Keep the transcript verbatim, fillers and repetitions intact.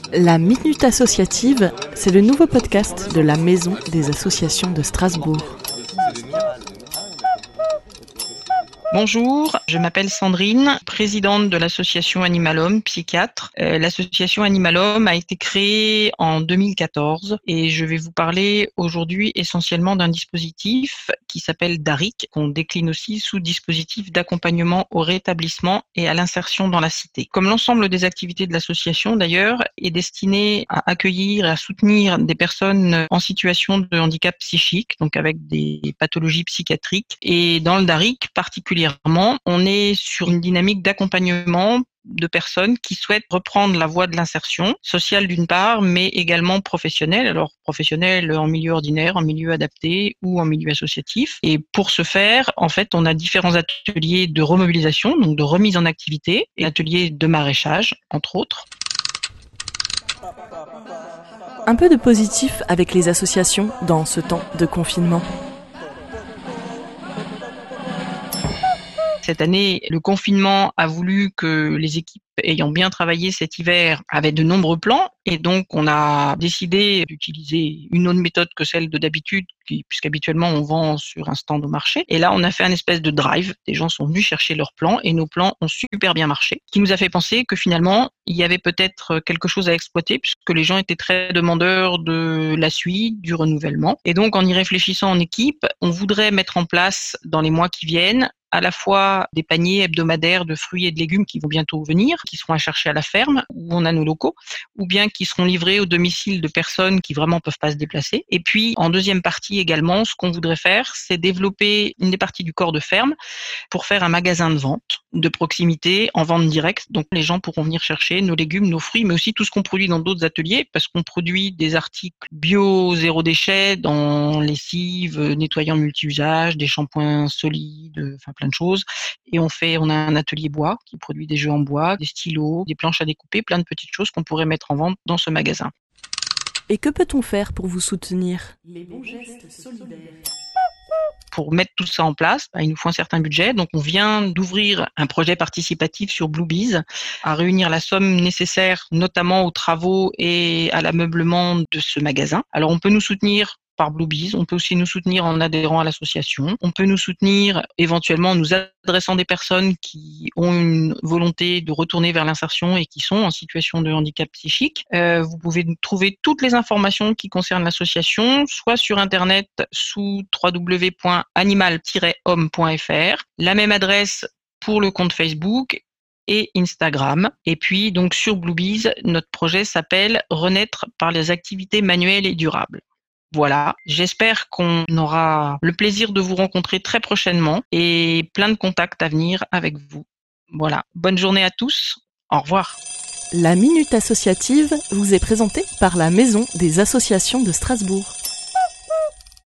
La Minute Associative, c'est le nouveau podcast de la Maison des associations de Strasbourg. Bonjour, je m'appelle Sandrine, présidente de l'association Animalhomme, psychiatre. Euh, l'association Animalhomme a été créée en deux mille quatorze et je vais vous parler aujourd'hui essentiellement d'un dispositif qui s'appelle DARIC, qu'on décline aussi sous dispositif d'accompagnement au rétablissement et à l'insertion dans la cité. Comme l'ensemble des activités de l'association d'ailleurs est destiné à accueillir et à soutenir des personnes en situation de handicap psychique, donc avec des pathologies psychiatriques. Et dans le DARIC particulièrement, on est sur une dynamique d'accompagnement de personnes qui souhaitent reprendre la voie de l'insertion sociale d'une part, mais également professionnelle. Alors professionnelle en milieu ordinaire, en milieu adapté ou en milieu associatif. Et pour ce faire, en fait, on a différents ateliers de remobilisation, donc de remise en activité, et ateliers de maraîchage, entre autres. Un peu de positif avec les associations dans ce temps de confinement. Cette année, le confinement a voulu que les équipes ayant bien travaillé cet hiver avaient de nombreux plans et donc on a décidé d'utiliser une autre méthode que celle de d'habitude puisqu'habituellement on vend sur un stand au marché. Et là, on a fait un espèce de drive. Des gens sont venus chercher leurs plans et nos plans ont super bien marché. Ce qui nous a fait penser que finalement, il y avait peut-être quelque chose à exploiter puisque les gens étaient très demandeurs de la suite, du renouvellement. Et donc, en y réfléchissant en équipe, on voudrait mettre en place dans les mois qui viennent à la fois des paniers hebdomadaires de fruits et de légumes qui vont bientôt venir, qui seront à chercher à la ferme où on a nos locaux, ou bien qui seront livrés au domicile de personnes qui vraiment peuvent pas se déplacer. Et puis, en deuxième partie également, ce qu'on voudrait faire, c'est développer une des parties du corps de ferme pour faire un magasin de vente de proximité en vente directe. Donc, les gens pourront venir chercher nos légumes, nos fruits, mais aussi tout ce qu'on produit dans d'autres ateliers parce qu'on produit des articles bio, zéro déchet dans lessive, nettoyants multi-usages, des shampoings solides, enfin plein de choses. Et on fait, on a un atelier bois qui produit des jeux en bois, des stylos, des planches à découper, plein de petites choses qu'on pourrait mettre en vente dans ce magasin. Et que peut-on faire pour vous soutenir ? Les bons gestes solidaires. Pour mettre tout ça en place, il nous faut un certain budget. Donc, on vient d'ouvrir un projet participatif sur Bluebees à réunir la somme nécessaire, notamment aux travaux et à l'ameublement de ce magasin. Alors, on peut nous soutenir par Bluebees, on peut aussi nous soutenir en adhérant à l'association, on peut nous soutenir éventuellement en nous adressant des personnes qui ont une volonté de retourner vers l'insertion et qui sont en situation de handicap psychique. Euh, vous pouvez trouver toutes les informations qui concernent l'association, soit sur internet sous w w w point animal tiret homme point f r, la même adresse pour le compte Facebook et Instagram. Et puis donc sur Bluebees, notre projet s'appelle Renaître par les activités manuelles et durables. Voilà, j'espère qu'on aura le plaisir de vous rencontrer très prochainement et plein de contacts à venir avec vous. Voilà, bonne journée à tous, au revoir. La Minute Associative vous est présentée par la Maison des associations de Strasbourg.